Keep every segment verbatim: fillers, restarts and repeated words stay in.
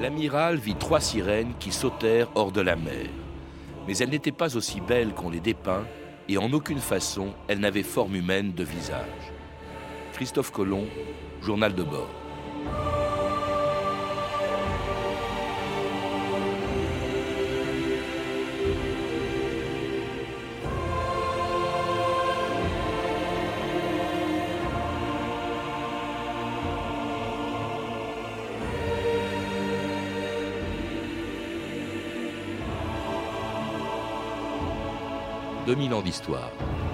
L'amiral vit trois sirènes qui sautèrent hors de la mer. Mais elles n'étaient pas aussi belles qu'on les dépeint, et en aucune façon elles n'avaient forme humaine de visage. Christophe Colomb, Journal de bord. deux mille ans d'histoire.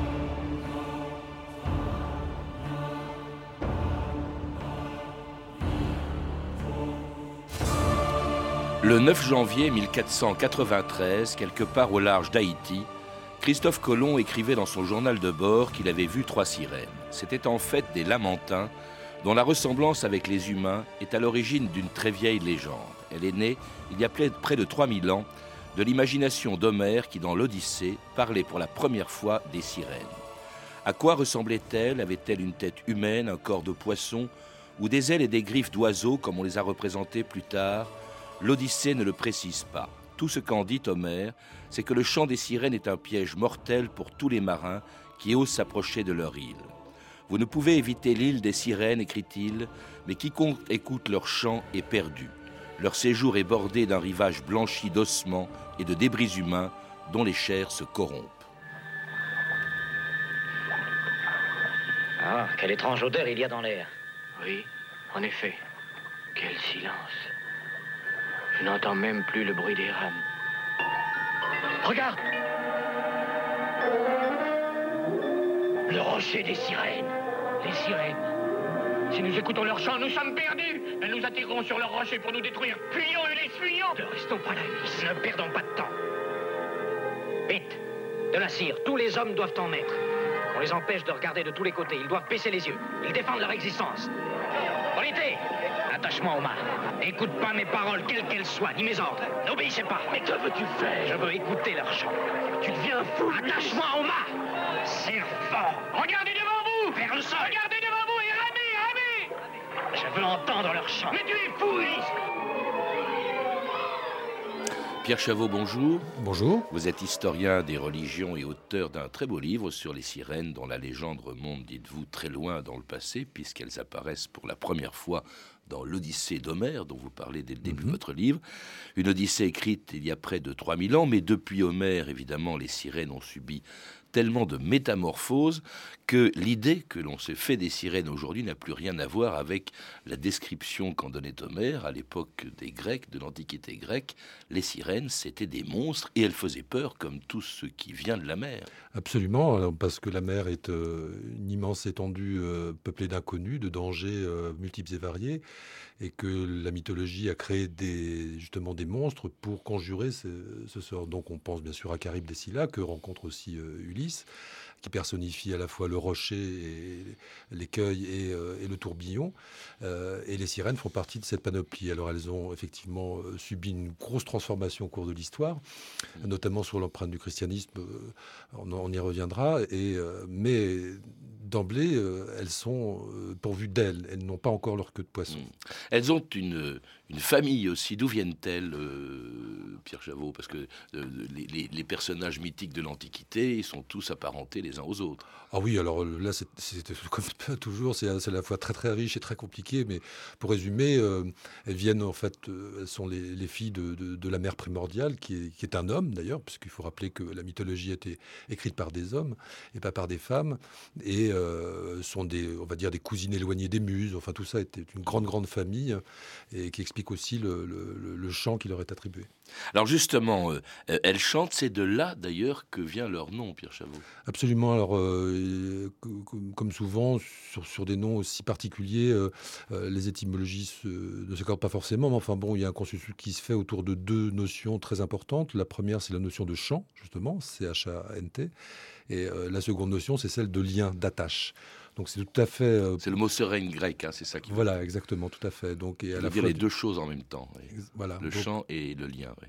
Le neuf janvier mille quatre cent quatre-vingt-treize, quelque part au large d'Haïti, Christophe Colomb écrivait dans son journal de bord qu'il avait vu trois sirènes. C'étaient en fait des lamantins dont la ressemblance avec les humains est à l'origine d'une très vieille légende. Elle est née il y a près de trois mille ans de l'imagination d'Homère qui, dans l'Odyssée, parlait pour la première fois des sirènes. À quoi ressemblait-elle ? Avait-elle une tête humaine, un corps de poisson, ou des ailes et des griffes d'oiseaux comme on les a représentées plus tard ? L'Odyssée ne le précise pas. Tout ce qu'en dit Homère, c'est que le chant des sirènes est un piège mortel pour tous les marins qui osent s'approcher de leur île. Vous ne pouvez éviter l'île des sirènes, écrit-il, mais quiconque écoute leur chant est perdu. Leur séjour est bordé d'un rivage blanchi d'ossements et de débris humains dont les chairs se corrompent. Ah, quelle étrange odeur il y a dans l'air. Oui, en effet. Quel silence. Je n'entends même plus le bruit des rames. Regarde! Le rocher des sirènes. Les sirènes. Si nous écoutons leur chant, nous sommes perdus. Elles nous attireront sur leur rocher pour nous détruire. Fuyons, Ulysse, fuyons. Ne restons pas là, Ulysse. Ne perdons pas de temps. Vite, de la cire. Tous les hommes doivent en mettre. On les empêche de regarder de tous les côtés. Ils doivent baisser les yeux. Ils défendent leur existence. Polité, attache-moi au mât. Écoute pas mes paroles, quelles qu'elles soient, ni mes ordres. N'obéissez pas. Mais que veux-tu faire? Je veux écouter leur chant. Tu deviens fou. Attache-moi au mât. Servant. Regardez devant vous. Vers le sol. Regardez devant vous et ramez, ramez. Je veux entendre leur chant. Mais tu es fou, Ulysse. Pierre Chavot, bonjour. Bonjour. Vous êtes historien des religions et auteur d'un très beau livre sur les sirènes dont la légende remonte, dites-vous, très loin dans le passé, puisqu'elles apparaissent pour la première fois dans l'Odyssée d'Homère, dont vous parlez dès le début mmh. de votre livre. Une Odyssée écrite il y a près de trois mille ans, mais depuis Homère, évidemment, les sirènes ont subi tellement de métamorphoses que l'idée que l'on se fait des sirènes aujourd'hui n'a plus rien à voir avec la description qu'en donnait Homère à l'époque des Grecs, de l'Antiquité grecque. Les sirènes, c'était des monstres et elles faisaient peur comme tout ce qui vient de la mer. Absolument, parce que la mer est euh, une immense étendue euh, peuplée d'inconnus, de dangers euh, multiples et variés, et que la mythologie a créé des, justement des monstres pour conjurer ce, ce sort. Donc on pense bien sûr à Charybde et Scylla, que rencontre aussi euh, Ulysse, qui personnifie à la fois le rocher, et l'écueil et, euh, et le tourbillon. Euh, et les sirènes font partie de cette panoplie. Alors elles ont effectivement euh, subi une grosse transformation au cours de l'histoire, mmh. notamment sur l'empreinte du christianisme, euh, on, on y reviendra, et, euh, mais d'emblée, euh, elles sont euh, pourvues d'ailes, elles n'ont pas encore leur queue de poisson. Mmh. Elles ont une, une famille aussi. D'où viennent-elles, euh, Pierre Chavot? Parce que euh, les, les, les personnages mythiques de l'Antiquité, ils sont tous apparentés les uns aux autres. Ah oui, alors là, c'est, c'est comme toujours, c'est, c'est à la fois très très riche et très compliqué, mais pour résumer, euh, elles viennent en fait, euh, elles sont les, les filles de, de, de la mère primordiale, qui est, qui est un homme d'ailleurs, puisqu'il faut rappeler que la mythologie a été écrite par des hommes et pas par des femmes, et euh, sont des, on va dire, des cousines éloignées des muses. Enfin, tout ça était une grande grande famille, et qui explique aussi le, le, le chant qui leur est attribué. Alors justement, euh, elles chantent, c'est de là d'ailleurs que vient leur nom, Pierre Chavot. Absolument. Alors, euh, comme souvent, sur, sur des noms aussi particuliers, euh, euh, les étymologies se, ne s'accordent pas forcément, mais enfin bon, il y a un consensus qui se fait autour de deux notions très importantes. La première, c'est la notion de chant, justement, C H A N T, et euh, la seconde notion, c'est celle de lien, d'attache. Donc c'est tout à fait... Euh, c'est le mot sereine grec, hein, c'est ça qui... Voilà, exactement, tout à fait. Donc, et à à la la dire fois les deux choses en même temps. Oui. Voilà, le donc, chant et le lien, oui.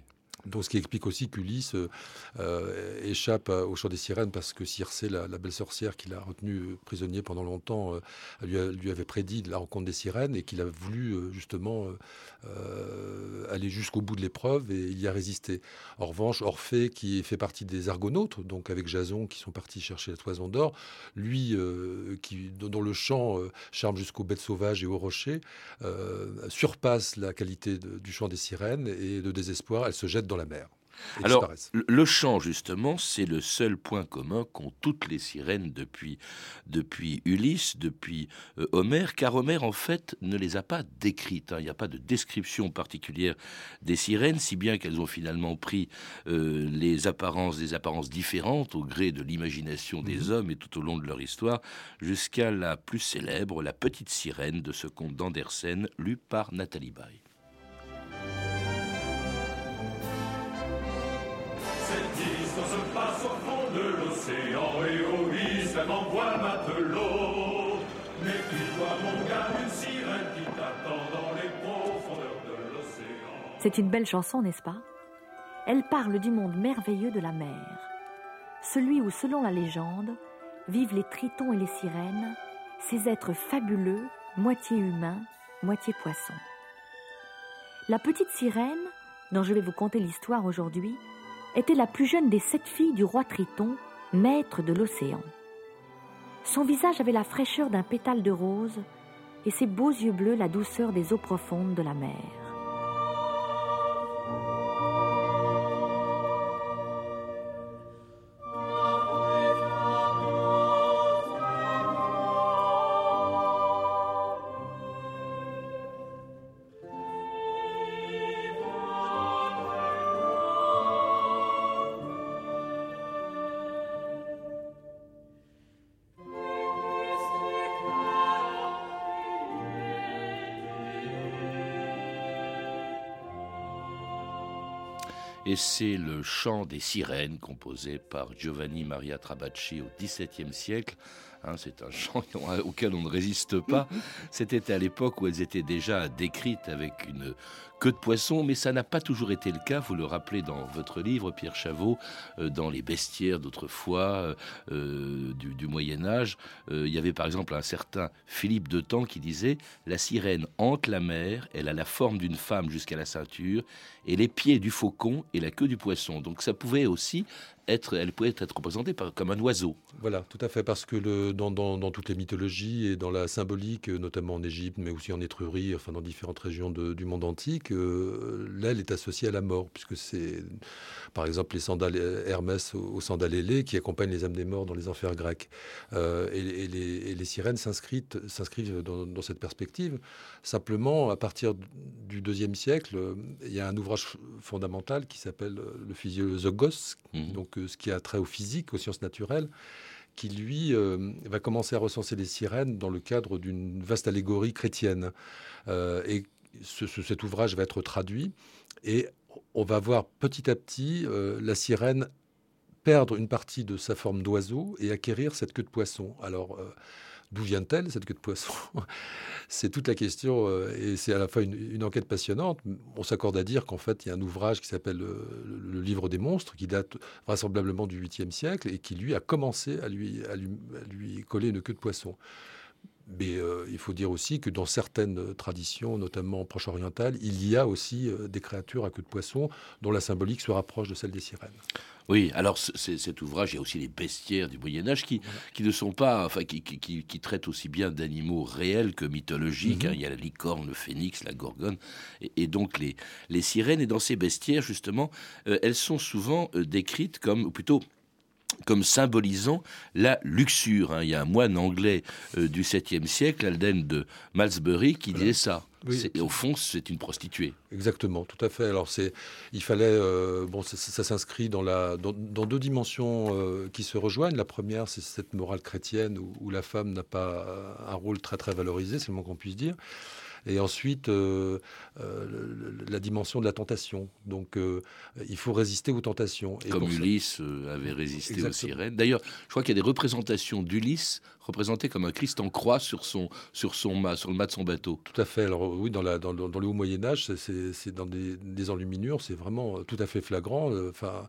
Donc, ce qui explique aussi qu'Ulysse euh, échappe au chant des sirènes parce que Circé, la, la belle sorcière qui l'a retenu prisonnier pendant longtemps, euh, lui, a, lui avait prédit la rencontre des sirènes et qu'il a voulu euh, justement euh, aller jusqu'au bout de l'épreuve et il y a résisté. En revanche, Orphée, qui fait partie des Argonautes, donc avec Jason qui sont partis chercher la toison d'or, lui, euh, qui, dont le chant euh, charme jusqu'aux bêtes sauvages et aux rochers, euh, surpasse la qualité de, du chant des sirènes et de désespoir, elle se jette dans la mer. Alors, le chant, justement, c'est le seul point commun qu'ont toutes les sirènes depuis, depuis Ulysse, depuis euh, Homère, car Homère, en fait, ne les a pas décrites. Hein. Il n'y a pas de description particulière des sirènes, si bien qu'elles ont finalement pris euh, les apparences, des apparences différentes au gré de l'imagination des mmh. hommes et tout au long de leur histoire, jusqu'à la plus célèbre, la petite sirène de ce conte d'Andersen, lu par Nathalie Baye. Se passe au fond de l'océan et Ulysse m'envoie le matelot. Méfie-toi mon gars, une sirène qui t'attend dans les profondeurs de l'océan. C'est une belle chanson, n'est-ce pas? Elle parle du monde merveilleux de la mer. Celui où, selon la légende, vivent les tritons et les sirènes, ces êtres fabuleux, moitié humains, moitié poissons. La petite sirène, dont je vais vous conter l'histoire aujourd'hui, était la plus jeune des sept filles du roi Triton, maître de l'océan. Son visage avait la fraîcheur d'un pétale de rose et ses beaux yeux bleus la douceur des eaux profondes de la mer. Et c'est le chant des sirènes composé par Giovanni Maria Trabacci au dix-septième siècle. Hein, c'est un chant auquel on ne résiste pas. C'était à l'époque où elles étaient déjà décrites avec une queue de poisson, mais ça n'a pas toujours été le cas. Vous le rappelez dans votre livre, Pierre Chavot, euh, dans les bestiaires d'autrefois, euh, du, du Moyen-Âge. Euh, il y avait par exemple un certain Philippe de Temps qui disait « La sirène hante la mer, elle a la forme d'une femme jusqu'à la ceinture, et les pieds du faucon et la queue du poisson. » Donc ça pouvait aussi être, elle pouvait être représentée par, comme un oiseau. Voilà, tout à fait, parce que le, dans, dans, dans toutes les mythologies et dans la symbolique, notamment en Égypte, mais aussi en Étrurie, enfin dans différentes régions de, du monde antique, euh, l'aile est associée à la mort, puisque c'est, par exemple, les sandales Hermès aux, aux sandales ailées qui accompagnent les âmes des morts dans les enfers grecs. Euh, et, et, les, et les sirènes s'inscrivent, s'inscrivent dans, dans cette perspective. Simplement, à partir du deuxième siècle, il y a un ouvrage fondamental qui s'appelle le Physiologos, mmh. donc ce qui a trait au physique, aux sciences naturelles, qui, lui, euh, va commencer à recenser les sirènes dans le cadre d'une vaste allégorie chrétienne. Euh, et ce, ce, cet ouvrage va être traduit, et on va voir petit à petit euh, la sirène perdre une partie de sa forme d'oiseau et acquérir cette queue de poisson. Alors, euh, d'où vient-elle, cette queue de poisson? C'est toute la question, euh, et c'est à la fois une, une enquête passionnante. On s'accorde à dire qu'en fait, il y a un ouvrage qui s'appelle euh, le Livre des monstres, qui date vraisemblablement du huitième siècle, et qui, lui, a commencé à lui, à lui, à lui coller une queue de poisson. Mais euh, il faut dire aussi que dans certaines traditions, notamment proche-orientales, il y a aussi euh, des créatures à queue de poisson dont la symbolique se rapproche de celle des sirènes. Oui, alors c'est, cet ouvrage, il y a aussi les bestiaires du Moyen-Âge qui, voilà. qui ne sont pas, enfin, qui, qui, qui, qui traitent aussi bien d'animaux réels que mythologiques. Mm-hmm. Hein. Il y a la licorne, le phénix, la gorgone, et, et donc les, les sirènes. Et dans ces bestiaires, justement, euh, elles sont souvent euh, décrites comme, ou plutôt, comme symbolisant la luxure. Hein. Il y a un moine anglais euh, du septième siècle, Alden de Malmesbury, qui voilà. disait ça. Oui. C'est, au fond, c'est une prostituée. Exactement, tout à fait. Alors, c'est, il fallait, euh, bon, ça, ça s'inscrit dans, la, dans, dans deux dimensions euh, qui se rejoignent. La première, c'est cette morale chrétienne où, où la femme n'a pas un rôle très très valorisé, c'est le moins qu'on puisse dire. Et ensuite, euh, euh, le, la dimension de la tentation. Donc, euh, il faut résister aux tentations. Et Comme pour Ulysse ça... avait résisté Exactement. aux sirènes. D'ailleurs, je crois qu'il y a des représentations d'Ulysse représenté comme un Christ en croix sur, son, sur, son mât, sur le mât de son bateau. Tout à fait. Alors oui, dans, la, dans, dans le haut Moyen-Âge, c'est, c'est, c'est dans des, des enluminures, c'est vraiment tout à fait flagrant. Enfin,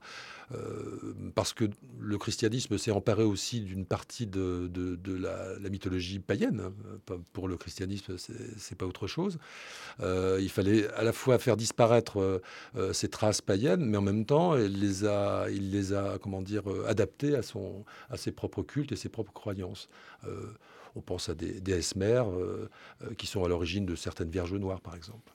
euh, parce que le christianisme s'est emparé aussi d'une partie de, de, de la, la mythologie païenne. Pour le christianisme, c'est, c'est pas autre chose. Euh, il fallait à la fois faire disparaître euh, ces traces païennes, mais en même temps, il les a, il les a comment dire, adaptées à, son, à ses propres cultes et ses propres croyances. Euh, on pense à des déesses mères euh, euh, qui sont à l'origine de certaines vierges noires, par exemple.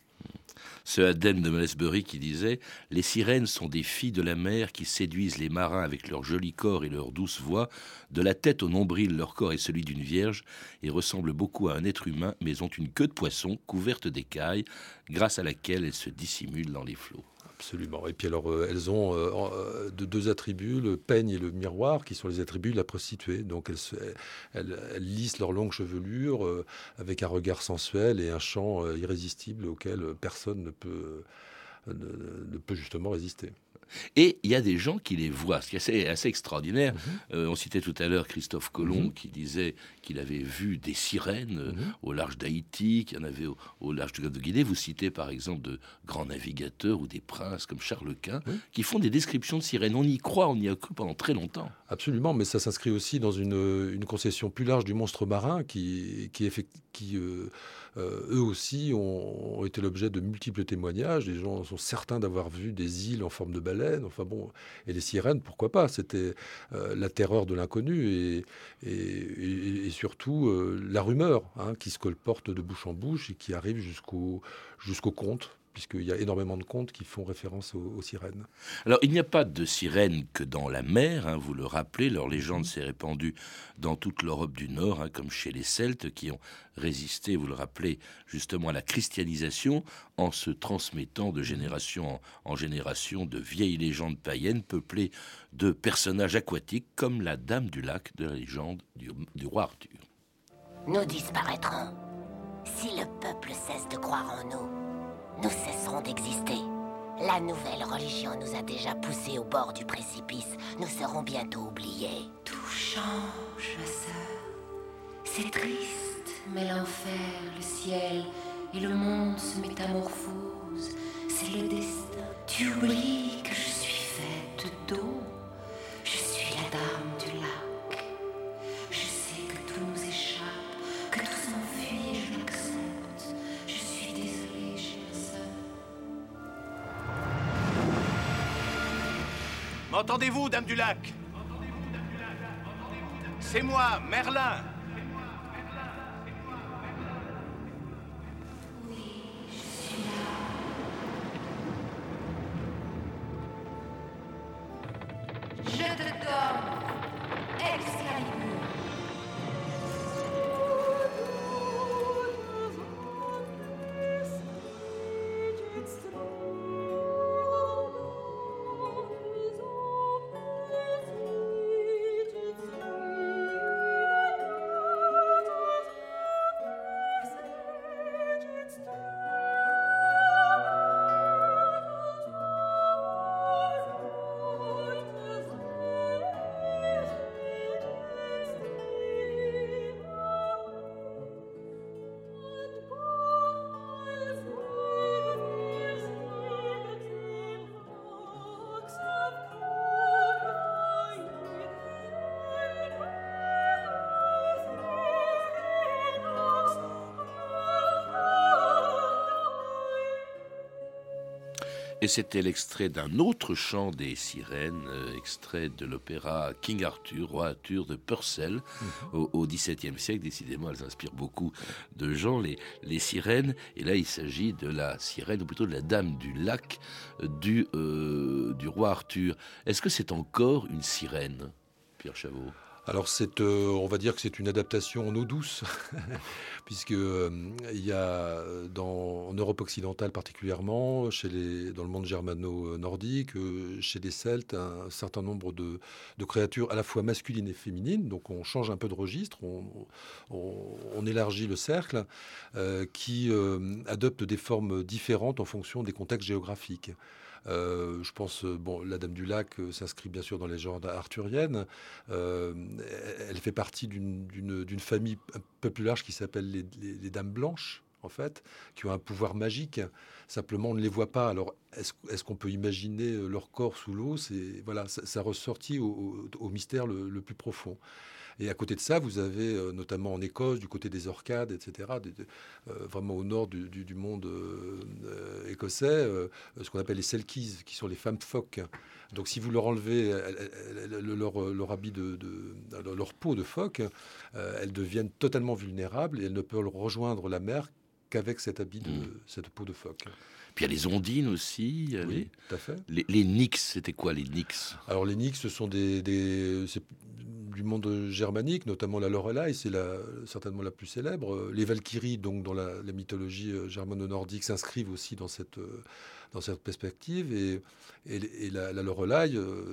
Ce Aden de Malesbury qui disait « Les sirènes sont des filles de la mer qui séduisent les marins avec leur joli corps et leur douce voix. De la tête au nombril, leur corps est celui d'une vierge et ressemblent beaucoup à un être humain, mais ont une queue de poisson couverte d'écailles, grâce à laquelle elles se dissimulent dans les flots. » Absolument. Et puis alors, euh, elles ont euh, de deux attributs, le peigne et le miroir, qui sont les attributs de la prostituée. Donc, elles, se, elles, elles lissent leur longue chevelure euh, avec un regard sensuel et un chant euh, irrésistible auquel personne ne peut, ne, ne peut justement résister. Et il y a des gens qui les voient, ce qui est assez, assez extraordinaire. Mm-hmm. Euh, on citait tout à l'heure Christophe Colomb Mm-hmm. qui disait qu'il avait vu des sirènes euh, Mm-hmm. au large d'Haïti, qu'il y en avait au, au large du Golfe de Guinée. Vous citez par exemple de grands navigateurs ou des princes comme Charles Quint Oui. qui font des descriptions de sirènes. On y croit, on y a cru pendant très longtemps. Absolument, mais ça s'inscrit aussi dans une, une conception plus large du monstre marin qui, qui, effect, qui euh, euh, eux aussi ont, ont été l'objet de multiples témoignages. Les gens sont certains d'avoir vu des îles en forme de baleines. Enfin bon, et les sirènes, pourquoi pas? C'était euh, la terreur de l'inconnu et, et, et, et surtout euh, la rumeur hein, qui se colporte de bouche en bouche et qui arrive jusqu'au, jusqu'au conte, puisqu'il y a énormément de contes qui font référence aux, aux sirènes. Alors, il n'y a pas de sirènes que dans la mer, hein, vous le rappelez, leur légende s'est répandue dans toute l'Europe du Nord, hein, comme chez les Celtes, qui ont résisté, vous le rappelez, justement à la christianisation, en se transmettant de génération en, en génération de vieilles légendes païennes, peuplées de personnages aquatiques, comme la Dame du Lac de la légende du, du roi Arthur. Nous disparaîtrons. Si le peuple cesse de croire en nous, nous cesserons d'exister. La nouvelle religion nous a déjà poussés au bord du précipice. Nous serons bientôt oubliés. Tout change, ma sœur. C'est triste, mais l'enfer, le ciel et le monde se métamorphosent. C'est le destin. Tu oublies que je suis faite d'eau. Je suis la dame du lac. Je sais que tout nous échappe, que tout s'enfuit et je l'accepte. Je suis désolée, chère sœur. M'entendez-vous, Dame du Lac? C'est moi, Merlin. Je te donne Excalibur. Et c'était l'extrait d'un autre chant des sirènes, euh, extrait de l'opéra King Arthur, Roi Arthur de Purcell, mmh. au, au XVIIe siècle. Décidément, elles inspirent beaucoup de gens, les, les sirènes. Et là, il s'agit de la sirène, ou plutôt de la Dame du Lac du, euh, du Roi Arthur. Est-ce que c'est encore une sirène, Pierre Chavot ? Alors, c'est, euh, on va dire que c'est une adaptation en eau douce, puisque euh, il y a dans, en Europe occidentale particulièrement, chez les, dans le monde germano-nordique, euh, chez les Celtes, un certain nombre de, de créatures à la fois masculines et féminines. Donc, on change un peu de registre, on, on, on élargit le cercle, euh, qui euh, adoptent des formes différentes en fonction des contextes géographiques. Euh, je pense, bon, la Dame du Lac euh, s'inscrit bien sûr dans les légendes arthuriennes. Euh, elle fait partie d'une, d'une, d'une famille un peu plus large qui s'appelle les, les, les Dames Blanches, en fait, qui ont un pouvoir magique. Simplement, on ne les voit pas. Alors, est-ce, est-ce qu'on peut imaginer leur corps sous l'eau? C'est, voilà, ça, ça ressortit au, au, au mystère le, le plus profond. Et à côté de ça, vous avez euh, notamment en Écosse, du côté des Orcades, et cetera, des, euh, vraiment au nord du, du, du monde euh, euh, écossais, euh, ce qu'on appelle les Selkies, qui sont les femmes phoques. Donc si vous leur enlevez elles, elles, leur, leur habit de, de, de leur peau de phoque, euh, elles deviennent totalement vulnérables et elles ne peuvent rejoindre la mer qu'avec cet habit de mmh. cette peau de phoque. Puis il y a les ondines aussi. Il y a oui, les, tout à fait. Les, les Nix, c'était quoi les Nix? Alors les Nix, ce sont des, des c'est du monde germanique, notamment la Lorelei, c'est la, certainement la plus célèbre. Les Valkyries, donc dans la, la mythologie germano-nordique, s'inscrivent aussi dans cette, dans cette perspective. Et, et, et la, la Lorelei, euh,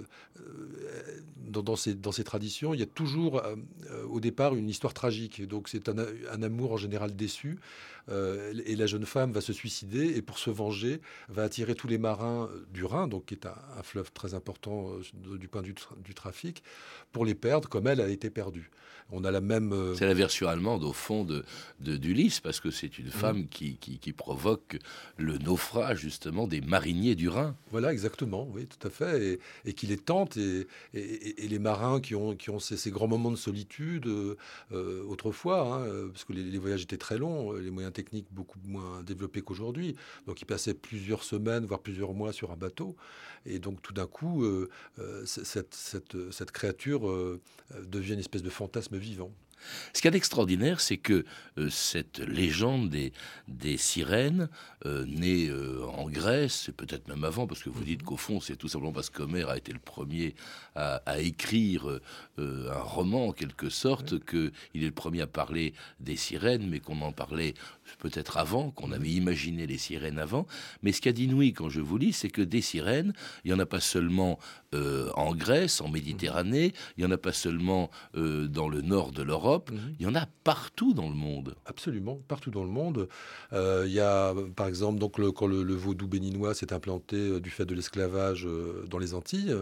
dans, dans, ces, dans ces traditions, il y a toujours euh, au départ une histoire tragique. Donc c'est un, un amour en général déçu. Euh, et la jeune femme va se suicider et pour se venger va attirer tous les marins du Rhin, donc qui est un, un fleuve très important euh, du point de vue tra- du trafic, pour les perdre comme elle a été perdue. On a la même. Euh... C'est la version allemande au fond de, de d'Ulysse, parce que c'est une femme mmh. qui, qui, qui provoque le naufrage justement des mariniers du Rhin. Voilà, exactement, oui, tout à fait, et, et qui les tente et, et, et les marins qui ont qui ont ces, ces grands moments de solitude euh, autrefois, hein, parce que les, les voyages étaient très longs, les moyens techniques beaucoup moins développés qu'aujourd'hui. Donc, ils passaient plusieurs semaines, voire plusieurs mois sur un bateau. Et donc, tout d'un coup, euh, euh, cette, cette, cette créature euh, devient une espèce de fantasme vivant. Ce qu'il y a d'extraordinaire, c'est que euh, cette légende des, des sirènes, euh, née euh, en Grèce, et peut-être même avant, parce que vous dites qu'au fond, c'est tout simplement parce qu'Homère a été le premier à, à écrire euh, un roman, en quelque sorte, oui. qu'il est le premier à parler des sirènes, mais qu'on en parlait peut-être avant, qu'on avait imaginé les sirènes avant. Mais ce qu'il y a d'inouï quand je vous lis, c'est que des sirènes, il n'y en a pas seulement euh, en Grèce, en Méditerranée, il n'y en a pas seulement euh, dans le nord de l'Europe, Mmh. il y en a partout dans le monde. Absolument, partout dans le monde. Euh, il y a, par exemple, donc le, quand le, le vaudou béninois s'est implanté euh, du fait de l'esclavage euh, dans les Antilles,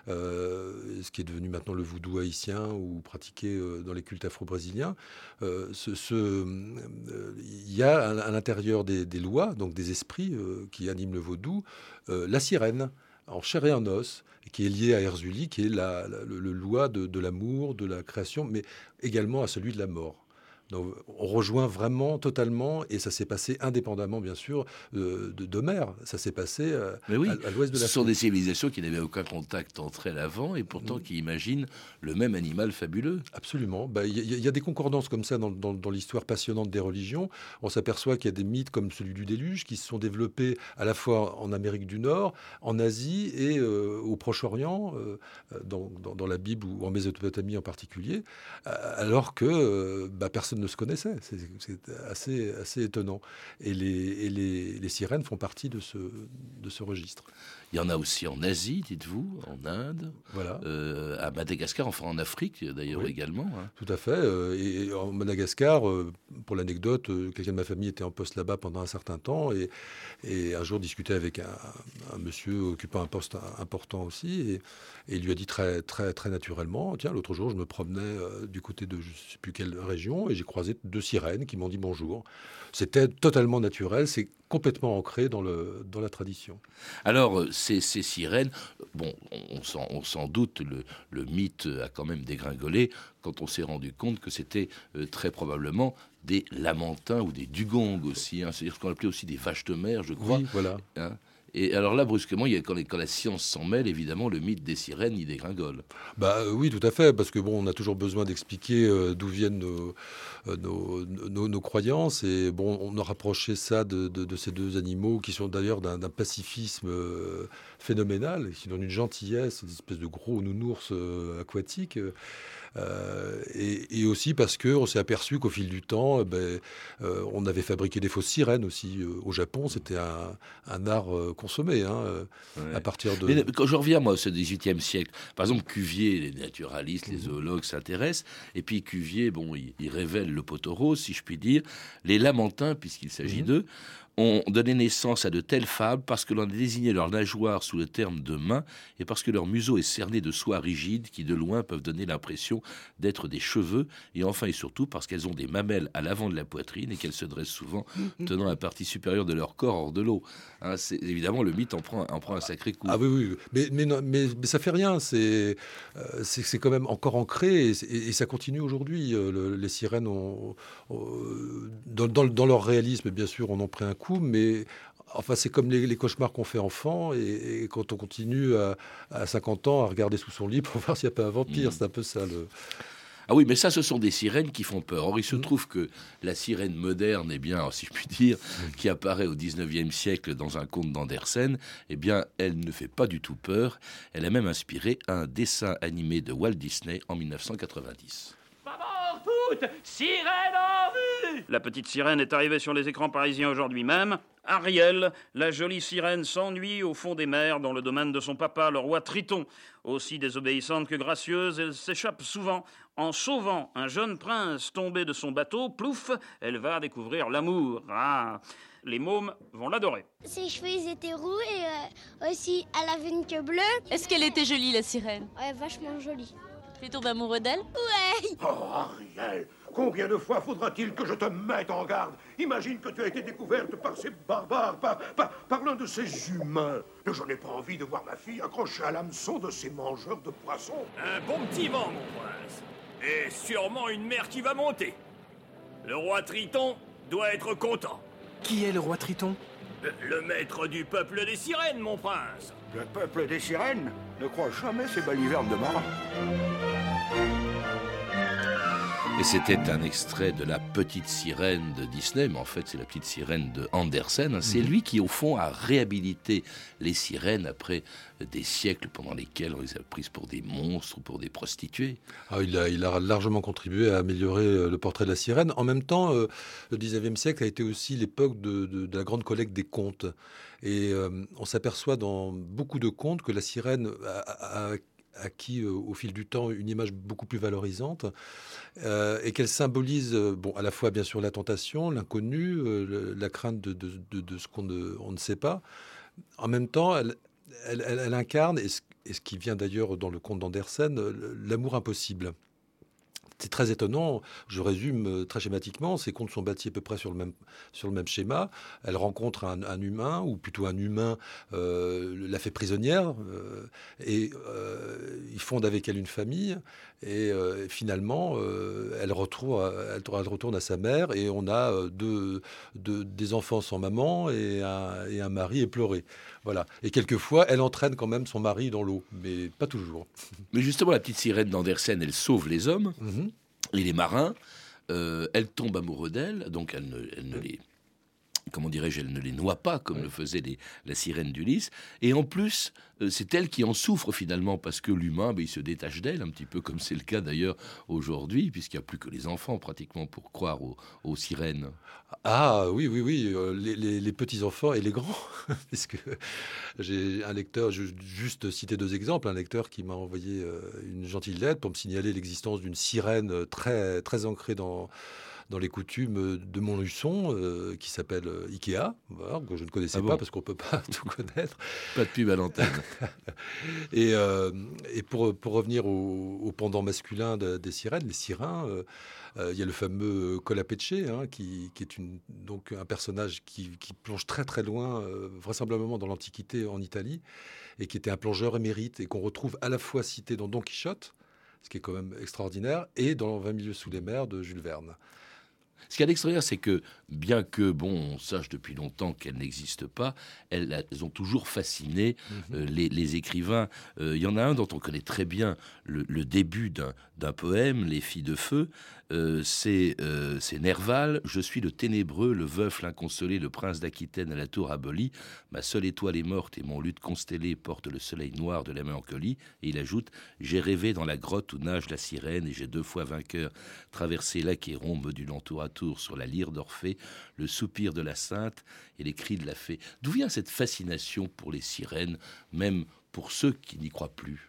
euh, ce qui est devenu maintenant le vaudou haïtien ou pratiqué euh, dans les cultes afro-brésiliens, euh, ce, ce, euh, il y a à, à l'intérieur des, des lois, donc des esprits euh, qui animent le vaudou, euh, la sirène, en chair et en os, qui est lié à Erzuli, qui est la, la, le, le loi de, de l'amour, de la création, mais également à celui de la mort. Donc, on rejoint vraiment totalement, et ça s'est passé indépendamment, bien sûr, de, de, d'Homère. Ça s'est passé euh, Mais oui, à, à l'ouest de la Ce sont des civilisations qui n'avaient aucun contact entre elles avant, et pourtant mmh. qui imaginent le même animal fabuleux. Absolument. Bah, y, y a des concordances comme ça dans, dans, dans l'histoire passionnante des religions. On s'aperçoit qu'il y a des mythes comme celui du déluge qui se sont développés à la fois en Amérique du Nord, en Asie et euh, au Proche-Orient, euh, dans, dans, dans la Bible ou en Mésopotamie en particulier, alors que euh, bah, personne ne se connaissait. C'est, c'est assez, assez étonnant. Et, les, et les, les sirènes font partie de ce, de ce registre. Il y en a aussi en Asie, dites-vous, en Inde, voilà. euh, à Madagascar, enfin en Afrique d'ailleurs oui, également. Hein. Tout à fait. Et en Madagascar, pour l'anecdote, quelqu'un de ma famille était en poste là-bas pendant un certain temps et, et un jour discutait avec un, un monsieur occupant un poste important aussi et, et il lui a dit très, très, très naturellement, tiens, l'autre jour, je me promenais euh, du côté de je ne sais plus quelle région et j'ai croisé deux sirènes qui m'ont dit bonjour. C'était totalement naturel, c'est complètement ancré dans, le, dans la tradition. Alors, ces, ces sirènes, bon, on s'en, on s'en doute, le, le mythe a quand même dégringolé quand on s'est rendu compte que c'était euh, très probablement des lamentins ou des dugongs aussi, hein, c'est-à-dire ce qu'on appelait aussi des vaches de mer, je crois. Oui, voilà. Hein. Et alors là, brusquement, il y a, quand, les, quand la science s'en mêle, évidemment, le mythe des sirènes, il dégringole. Bah oui, tout à fait, parce que bon, on a toujours besoin d'expliquer euh, d'où viennent nos, euh, nos, nos, nos croyances. Et bon, on a rapproché ça de, de, de ces deux animaux qui sont d'ailleurs d'un, d'un pacifisme euh, phénoménal, qui donnent une gentillesse, une espèce de gros nounours euh, aquatiques. Euh, et, et aussi parce qu'on s'est aperçu qu'au fil du temps, ben, euh, on avait fabriqué des fausses sirènes aussi. Euh, au Japon, c'était un, un art euh, consommé, hein, euh, ouais. à partir de... Mais quand je reviens, moi, au dix-huitième siècle, par exemple, Cuvier, les naturalistes, les zoologues s'intéressent, et puis Cuvier, bon, il, il révèle le pot au rose, si je puis dire. Les Lamentins, puisqu'il s'agit mmh. d'eux, ont donné naissance à de telles fables parce que l'on a désigné leurs nageoires sous le terme de mains et parce que leur museau est cerné de soies rigides qui de loin peuvent donner l'impression d'être des cheveux, et enfin et surtout parce qu'elles ont des mamelles à l'avant de la poitrine et qu'elles se dressent souvent tenant la partie supérieure de leur corps hors de l'eau. Hein, c'est, évidemment, le mythe en prend, en prend un sacré coup. Ah oui, oui, mais, mais, non, mais, mais ça fait rien, c'est, euh, c'est, c'est quand même encore ancré, et, et, et ça continue aujourd'hui. Euh, le, les sirènes, ont, ont, dans, dans, dans leur réalisme, bien sûr, on en prend un coup, mais enfin, c'est comme les, les cauchemars qu'on fait enfant, et, et quand on continue à, à cinquante ans à regarder sous son lit pour voir s'il n'y a pas un vampire, mmh. c'est un peu ça le... Ah oui, mais ça, ce sont des sirènes qui font peur. Or, il se mmh. trouve que la sirène moderne, eh bien, si je puis dire, mmh. qui apparaît au dix-neuvième siècle dans un conte d'Andersen, eh bien, elle ne fait pas du tout peur. Elle a même inspiré un dessin animé de Walt Disney en dix-neuf cent quatre-vingt-dix. Maman, toute sirène en vue! La petite sirène est arrivée sur les écrans parisiens aujourd'hui même. Ariel, la jolie sirène, s'ennuie au fond des mers dans le domaine de son papa, le roi Triton. Aussi désobéissante que gracieuse, elle s'échappe souvent. En sauvant un jeune prince tombé de son bateau, plouf, elle va découvrir l'amour. Ah, les mômes vont l'adorer. Ses cheveux, ils étaient roux et euh, aussi, elle avait une queue bleue. Est-ce qu'elle était jolie, la sirène? Ouais, vachement jolie. Tu tombes amoureux d'elle? Ouais. Oh, Ariel, combien de fois faudra-t-il que je te mette en garde? Imagine que tu as été découverte par ces barbares, par, par, par l'un de ces humains. Je n'ai pas envie de voir ma fille accrochée à l'hameçon de ces mangeurs de poissons. Un bon petit vent, mon prince. Et sûrement une mer qui va monter. Le roi Triton doit être content. Qui est le roi Triton? Le, le maître du peuple des sirènes, mon prince. Le peuple des sirènes ne croit jamais ces balivernes de marins. Et c'était un extrait de La Petite Sirène de Disney, mais en fait c'est La Petite Sirène de Andersen. C'est lui qui au fond a réhabilité les sirènes après des siècles pendant lesquels on les a prises pour des monstres ou pour des prostituées. Ah, il, a, il a largement contribué à améliorer le portrait de la sirène. En même temps, euh, le dix-neuvième siècle a été aussi l'époque de, de, de la grande collecte des contes. Et euh, on s'aperçoit dans beaucoup de contes que la sirène a, a acquis euh, au fil du temps une image beaucoup plus valorisante euh, et qu'elle symbolise euh, bon, à la fois bien sûr la tentation, l'inconnu, euh, le, la crainte de, de, de, de ce qu'on ne, on ne sait pas. En même temps, elle, elle, elle, elle incarne, et ce, et ce qui vient d'ailleurs dans le conte d'Andersen, l'amour impossible. C'est très étonnant, je résume très schématiquement, ces contes sont bâtis à peu près sur le même, sur le même schéma. Elle rencontre un, un humain, ou plutôt un humain euh, la fait prisonnière, euh, et euh, ils fondent avec elle une famille, et euh, finalement, euh, elle, retrouve, elle, elle retourne à sa mère, et on a deux, deux, des enfants sans maman, et un, et un mari éploré. Voilà. Et quelquefois, elle entraîne quand même son mari dans l'eau, mais pas toujours. Mais justement, la petite sirène d'Andersen, elle sauve les hommes, mm-hmm. et les marins. Euh, elle tombe amoureuse d'elle, donc elle ne, elle ne les... Comment dirais-je, elle ne les noie pas comme oui. le faisait les, la sirène d'Ulysse. Et en plus, euh, c'est elle qui en souffre finalement, parce que l'humain, ben, il se détache d'elle, un petit peu comme c'est le cas d'ailleurs aujourd'hui, puisqu'il n'y a plus que les enfants pratiquement pour croire aux, aux sirènes. Ah oui, oui, oui, euh, les, les, les petits-enfants et les grands. Parce que j'ai un lecteur, je juste citer deux exemples, un lecteur qui m'a envoyé euh, une gentille lettre pour me signaler l'existence d'une sirène très, très ancrée dans... dans les coutumes de Montluçon, euh, qui s'appelle Ikea, voilà, que je ne connaissais ah bon. pas parce qu'on ne peut pas tout connaître. Pas de pub à l'antenne. et euh, et pour, pour revenir au, au pendant masculin de, des sirènes, les sirens, il euh, euh, y a le fameux Colapesce, hein, qui, qui est une, donc un personnage qui, qui plonge très très loin, euh, vraisemblablement dans l'Antiquité en Italie, et qui était un plongeur émérite, et qu'on retrouve à la fois cité dans Don Quichotte, ce qui est quand même extraordinaire, et dans vingt mille lieues sous les mers de Jules Verne. Ce qu'il y a d'extraordinaire, c'est que bien que, bon, on sache depuis longtemps qu'elles n'existent pas, elles, elles ont toujours fasciné euh, les, les écrivains. Euh, il y en a un dont on connaît très bien le, le début d'un, d'un poème, Les filles de feu. Euh, c'est, euh, c'est Nerval. Je suis le ténébreux, le veuf, l'inconsolé, le prince d'Aquitaine à la tour abolie. Ma seule étoile est morte et mon luth constellé porte le soleil noir de la mélancolie. Et il ajoute, j'ai rêvé dans la grotte où nage la sirène et j'ai deux fois vainqueur traversé lac et rombe du long tour à tour sur la lyre d'Orphée, le soupir de la sainte et les cris de la fée. D'où vient cette fascination pour les sirènes, même pour ceux qui n'y croient plus?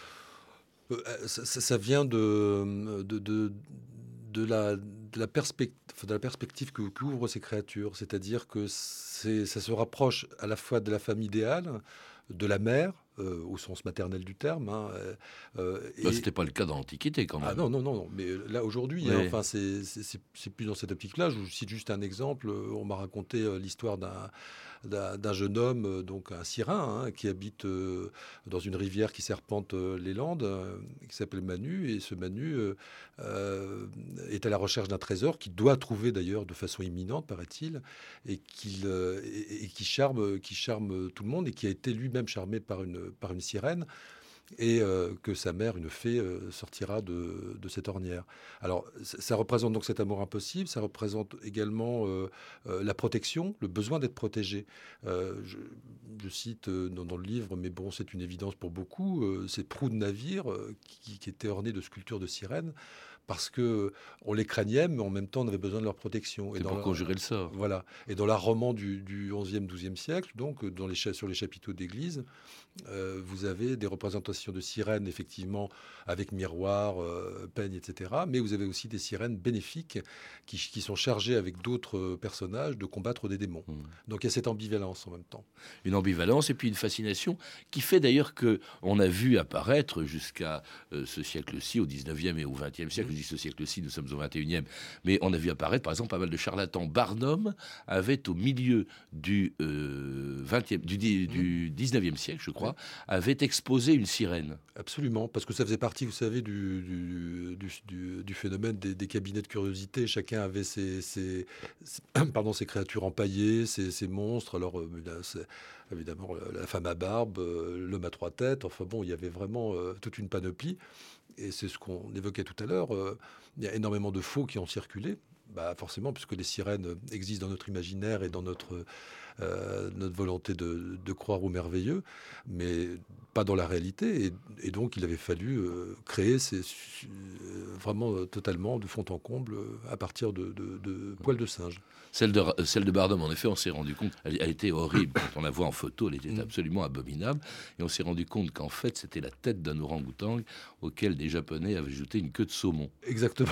euh, ça, ça vient de, de, de, de, la, de, la, perspective, de la perspective que, qu'ouvrent ces créatures. C'est-à-dire que c'est, ça se rapproche à la fois de la femme idéale, de la mère, euh, au sens maternel du terme. Hein, euh, et... bah, c'était pas le cas dans l'Antiquité, quand même. Ah non, non, non, non. Mais là, aujourd'hui, oui. hein, enfin, c'est, c'est, c'est plus dans cette optique-là. Je vous cite juste un exemple. On m'a raconté euh, l'histoire d'un... D'un, d'un jeune homme, donc un Sirin, hein, qui habite euh, dans une rivière qui serpente euh, les Landes, euh, qui s'appelle Manu. Et ce Manu euh, euh, est à la recherche d'un trésor qu'il doit trouver d'ailleurs de façon imminente, paraît-il, et, qu'il, euh, et, et qui, charme, qui charme tout le monde, et qui a été lui-même charmé par une, par une sirène. Et euh, que sa mère, une fée, euh, sortira de, de cette ornière. Alors, ça, ça représente donc cet amour impossible, ça représente également euh, euh, la protection, le besoin d'être protégé. Euh, je, je cite euh, dans, dans le livre, mais bon, c'est une évidence pour beaucoup, euh, ces proues de navires euh, qui, qui étaient ornées de sculptures de sirènes, parce qu'on les craignait, mais en même temps, on avait besoin de leur protection. C'est et dans pour la, conjurer le sort. Voilà. Et dans l'art roman du, du onzième, douzième siècle, donc dans les, sur les chapiteaux d'église, euh, vous avez des représentations de sirènes, effectivement, avec miroir, euh, peigne, et cetera. Mais vous avez aussi des sirènes bénéfiques qui, qui sont chargées avec d'autres personnages de combattre des démons. Mmh. Donc il y a cette ambivalence en même temps. Une ambivalence et puis une fascination qui fait d'ailleurs qu'on a vu apparaître jusqu'à euh, ce siècle-ci, au dix-neuvième et au vingtième siècle, je dis ce siècle-ci, nous sommes au vingt et unième, mais on a vu apparaître par exemple pas mal de charlatans. Barnum avait au milieu du, euh, vingtième, du, du dix-neuvième siècle, je crois, avait exposé une sirène. Absolument, parce que ça faisait partie, vous savez, du, du, du, du, du phénomène des, des cabinets de curiosité. Chacun avait ses, ses, ses, pardon, ses créatures empaillées, ses, ses monstres. Alors, euh, là, c'est, évidemment, la femme à barbe, euh, l'homme à trois têtes. Enfin bon, il y avait vraiment euh, toute une panoplie. Et c'est ce qu'on évoquait tout à l'heure. Euh, il y a énormément de faux qui ont circulé. Bah forcément, puisque les sirènes existent dans notre imaginaire et dans notre, euh, notre volonté de, de croire au merveilleux, mais pas dans la réalité. Et, et donc, il avait fallu euh, créer ces, euh, vraiment euh, totalement de fond en comble euh, à partir de, de, de poils de singe. Celle de, celle de Barnum, en effet, on s'est rendu compte, elle a été horrible. Quand on la voit en photo, elle était mmh. absolument abominable. Et on s'est rendu compte qu'en fait, c'était la tête d'un orang-outang auquel des Japonais avaient ajouté une queue de saumon. Exactement.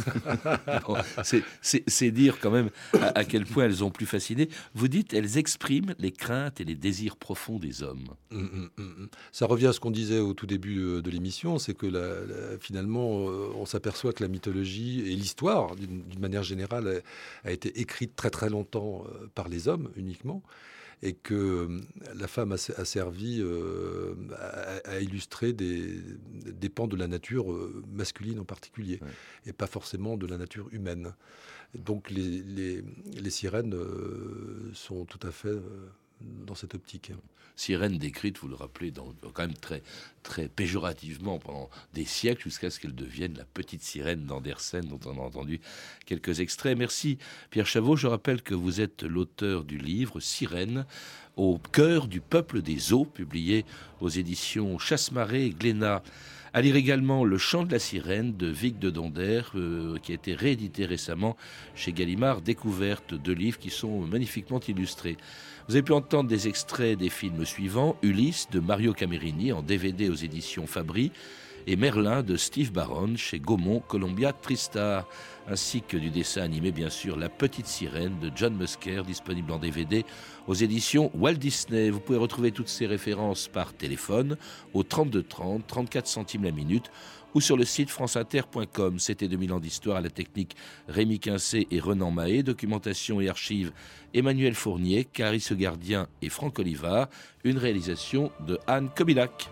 Bon, c'est, c'est, c'est dire quand même à, à quel point elles ont plus fasciné. Vous dites, elles expriment les craintes et les désirs profonds des hommes. Mmh, mmh, mmh. Ça revient à ce qu'on disait au tout début de l'émission, c'est que la, la, finalement, euh, on s'aperçoit que la mythologie et l'histoire, d'une, d'une manière générale, a, a été écrite très très longtemps euh, par les hommes uniquement, et que euh, la femme a, a servi euh, à, à illustrer des, des pans de la nature euh, masculine en particulier, ouais. et pas forcément de la nature humaine. Donc les, les, les sirènes euh, sont tout à fait... Euh, dans cette optique. Sirène décrite, vous le rappelez, dans, quand même très, très péjorativement pendant des siècles, jusqu'à ce qu'elle devienne la petite sirène d'Andersen, dont on a entendu quelques extraits. Merci Pierre Chavot. Je rappelle que vous êtes l'auteur du livre Sirène, au cœur du peuple des eaux, publié aux éditions Chasse-Marée et Glénat. À lire également Le chant de la sirène de Vic de Donder, euh, qui a été réédité récemment chez Gallimard. Découverte, deux livres qui sont magnifiquement illustrés. Vous avez pu entendre des extraits des films suivants: Ulysse de Mario Camerini en D V D aux éditions Fabry, et Merlin de Steve Barron chez Gaumont Columbia Tristar, ainsi que du dessin animé bien sûr La Petite Sirène de John Musker, disponible en D V D aux éditions Walt Disney. Vous pouvez retrouver toutes ces références par téléphone au trente-deux trente, trente-quatre centimes la minute, ou sur le site franceinter point com. C'était deux mille ans d'histoire, à la technique Rémi Quincé et Renan Mahé, documentation et archives Emmanuel Fournier, Clarisse Gardien et Franck Olivard, une réalisation de Anne Kobilac.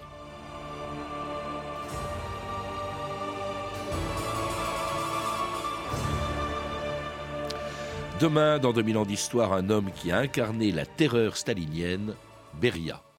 Demain, dans deux mille ans d'histoire, un homme qui a incarné la terreur stalinienne, Beria.